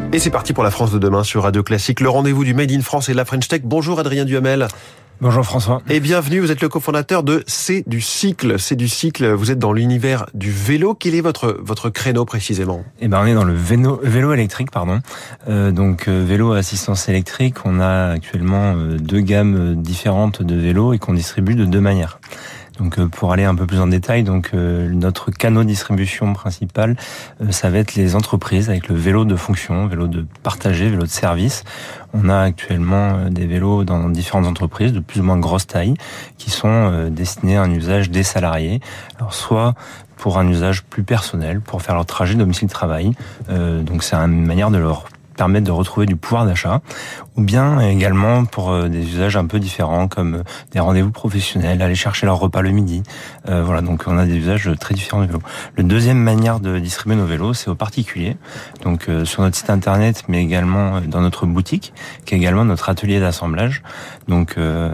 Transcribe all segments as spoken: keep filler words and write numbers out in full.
Et c'est parti pour la France de demain sur Radio Classique. Le rendez-vous du Made in France et de la French Tech. Bonjour Adrien Duhamel. Bonjour François. Et bienvenue, vous êtes le cofondateur de C'est du cycle. C'est du cycle, vous êtes dans l'univers du vélo. Quel est votre votre créneau précisément ? Eh ben on est dans le vélo, vélo électrique, pardon. Euh, donc euh, vélo à assistance électrique. On a actuellement euh, deux gammes différentes de vélos et qu'on distribue de deux manières. Donc euh, pour aller un peu plus en détail, donc euh, notre canal de distribution principal, euh, ça va être les entreprises avec le vélo de fonction, vélo de partagé, vélo de service. On a actuellement euh, des vélos dans différentes entreprises de plus ou moins grosse taille qui sont euh, destinés à un usage des salariés. Alors soit pour un usage plus personnel, pour faire leur trajet domicile-travail. Euh, donc c'est une manière de leur permettre de retrouver du pouvoir d'achat, ou bien également pour des usages un peu différents comme des rendez-vous professionnels, aller chercher leur repas le midi. Euh, voilà, donc on a des usages très différents du vélo. Le deuxième manière de distribuer nos vélos, c'est aux particuliers. Donc euh, sur notre site internet, mais également dans notre boutique, qui est également notre atelier d'assemblage. Donc euh,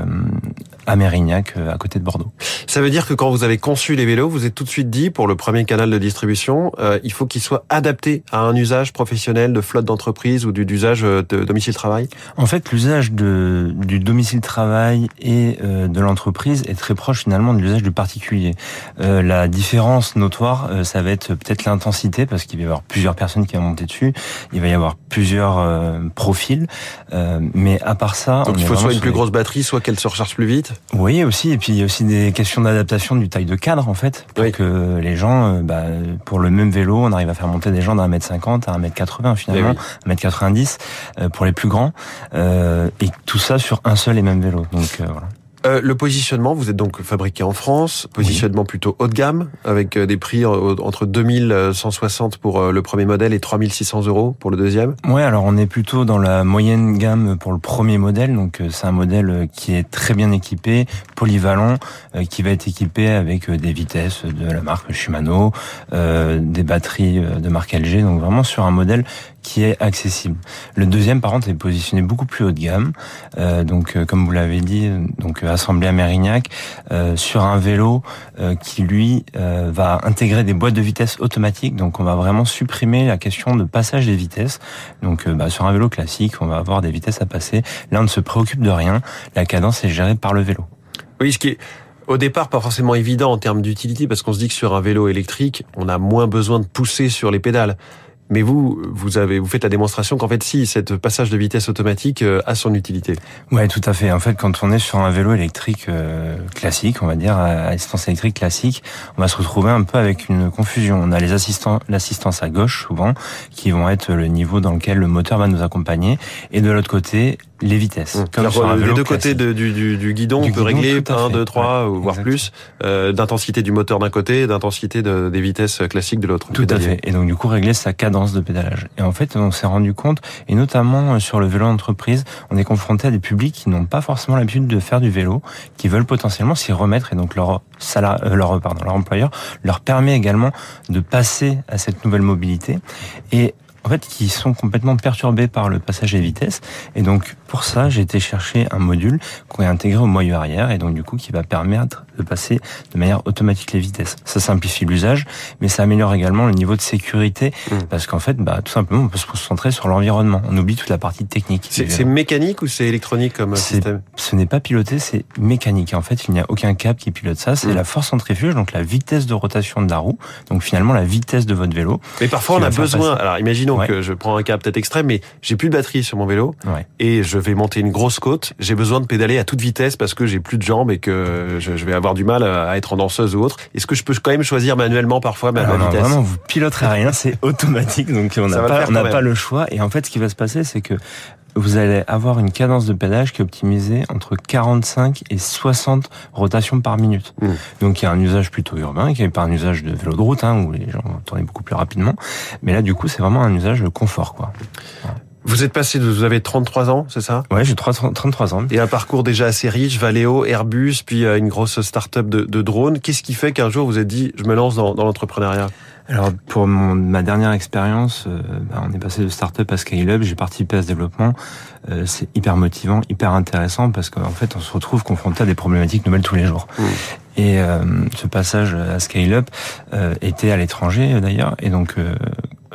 à Mérignac, à côté de Bordeaux. Ça veut dire que quand vous avez conçu les vélos, vous êtes tout de suite dit, pour le premier canal de distribution, euh, il faut qu'il soit adapté à un usage professionnel de flotte d'entreprise ou du d'usage de domicile-travail ? En fait, l'usage de, du domicile-travail et euh, de l'entreprise est très proche finalement de l'usage du particulier. Euh, la différence notoire, euh, ça va être peut-être l'intensité, parce qu'il va y avoir plusieurs personnes qui vont monter dessus, il va y avoir plusieurs euh, profils, euh, mais à part ça... Donc on il est faut soit une sur plus des... grosse batterie, soit qu'elle se recharge plus vite ? Oui, aussi, et puis il y a aussi des questions d'adaptation du taille de cadre, en fait, pour oui. que les gens, euh, bah, pour le même vélo, on arrive à faire monter des gens d'un mètre cinquante à un mètre quatre-vingts finalement, oui. un mètre quatre-vingt-dix euh, pour les plus grands, euh, et tout ça sur un seul et même vélo. Donc euh, voilà. Euh, le positionnement, vous êtes donc fabriqué en France, positionnement oui. plutôt haut de gamme, avec des prix entre deux mille cent soixante pour le premier modèle et trois mille six cents euros pour le deuxième. Ouais, alors on est plutôt dans la moyenne gamme pour le premier modèle, donc c'est un modèle qui est très bien équipé, polyvalent, qui va être équipé avec des vitesses de la marque Shimano, euh, des batteries de marque L G, donc vraiment sur un modèle qui est accessible. Le deuxième, par contre, est positionné beaucoup plus haut de gamme, euh, donc euh, comme vous l'avez dit, donc assemblé à Mérignac, euh, sur un vélo euh, qui lui euh, va intégrer des boîtes de vitesse automatiques. Donc on va vraiment supprimer la question de passage des vitesses. Donc euh, bah, sur un vélo classique, on va avoir des vitesses à passer. Là, on ne se préoccupe de rien. La cadence est gérée par le vélo. Oui, ce qui est au départ pas forcément évident en termes d'utilité, parce qu'on se dit que sur un vélo électrique, on a moins besoin de pousser sur les pédales. Mais vous, vous avez, vous faites la démonstration qu'en fait, si, cette passage de vitesse automatique a son utilité. Ouais, tout à fait. En fait, quand on est sur un vélo électrique euh, classique, on va dire, à assistance électrique classique, on va se retrouver un peu avec une confusion. On a les assistants, l'assistance à gauche, souvent, qui vont être le niveau dans lequel le moteur va nous accompagner. Et de l'autre côté, les vitesses. Mmh. Comme sur un vélo les deux classique. Côtés de, du, du, du guidon, du on peut guidon, régler un, deux, trois, ouais, voire plus, euh, d'intensité du moteur d'un côté, d'intensité de, des vitesses classiques de l'autre. Tout pédalier. À fait. Et donc, du coup, régler sa cadence de pédalage. Et en fait, on s'est rendu compte, et notamment sur le vélo d'entreprise, on est confronté à des publics qui n'ont pas forcément l'habitude de faire du vélo, qui veulent potentiellement s'y remettre, et donc leur salarié, euh, leur, pardon, leur employeur leur permet également de passer à cette nouvelle mobilité. Et en fait, qui sont complètement perturbés par le passage des vitesses. Et donc, pour ça, j'ai été chercher un module qu'on est intégré au moyeu arrière, et donc, du coup, qui va permettre de passer de manière automatique les vitesses. Ça simplifie l'usage, mais ça améliore également le niveau de sécurité, mmh. parce qu'en fait, bah, tout simplement, on peut se concentrer sur l'environnement. On oublie toute la partie technique. C'est, c'est mécanique ou c'est électronique comme c'est, système ? Ce n'est pas piloté, c'est mécanique. En fait, il n'y a aucun câble qui pilote ça. C'est mmh. la force centrifuge, donc la vitesse de rotation de la roue, donc finalement la vitesse de votre vélo. Mais parfois, on a besoin, alors imaginons ouais. que je prends un cas peut-être extrême, mais j'ai plus de batterie sur mon vélo, ouais. et je vais monter une grosse côte, j'ai besoin de pédaler à toute vitesse parce que j'ai plus de jambes et que je, je vais avoir du mal à être en danseuse ou autre. Est-ce que je peux quand même choisir manuellement parfois ma, Alors ma non, vitesse ? Vraiment, vous piloterez rien, c'est automatique, donc on n'a pas, on n'a pas le choix. Et en fait, ce qui va se passer, c'est que vous allez avoir une cadence de pédalage qui est optimisée entre quarante-cinq et soixante rotations par minute. Mmh. Donc il y a un usage plutôt urbain, qui n'est pas un usage de vélo de route, hein, où les gens vont tourner beaucoup plus rapidement. Mais là, du coup, c'est vraiment un usage de confort, quoi. Voilà. Vous êtes passé, de, vous avez trente-trois ans, c'est ça ? Ouais, j'ai trente-trois ans. Et un parcours déjà assez riche, Valeo, Airbus, puis une grosse start-up de, de drones. Qu'est-ce qui fait qu'un jour vous êtes dit, je me lance dans, dans l'entrepreneuriat ? Alors pour mon, ma dernière expérience, euh, bah, on est passé de start-up à scale-up, j'ai participé à ce développement. Euh, c'est hyper motivant, hyper intéressant parce qu'en fait on se retrouve confronté à des problématiques nouvelles tous les jours. Mmh. Et euh, ce passage à scale-up euh, était à l'étranger d'ailleurs, et donc euh,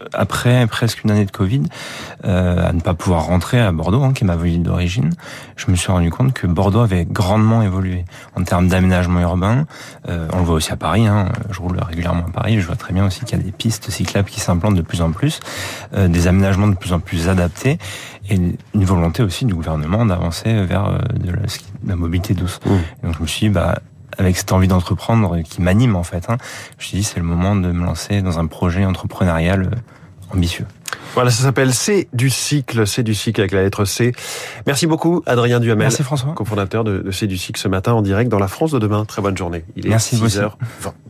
après presque une année de Covid, euh, à ne pas pouvoir rentrer à Bordeaux, hein, qui est ma ville d'origine, je me suis rendu compte que Bordeaux avait grandement évolué en termes d'aménagement urbain. Euh, on le voit aussi à Paris, hein, je roule régulièrement à Paris, je vois très bien aussi qu'il y a des pistes cyclables qui s'implantent de plus en plus, euh, des aménagements de plus en plus adaptés, et une volonté aussi du gouvernement d'avancer vers euh, de, la, de la mobilité douce. Mmh. Donc je me suis dit, bah, avec cette envie d'entreprendre qui m'anime en fait, hein, je me suis dit c'est le moment de me lancer dans un projet entrepreneurial ambitieux. Voilà, ça s'appelle C'est du cycle, C'est du cycle avec la lettre C. Merci beaucoup Adrien Duhamel. Merci François. Cofondateur de, de C'est du cycle ce matin en direct dans la France de demain. Très bonne journée. Il est Merci six heures vingt.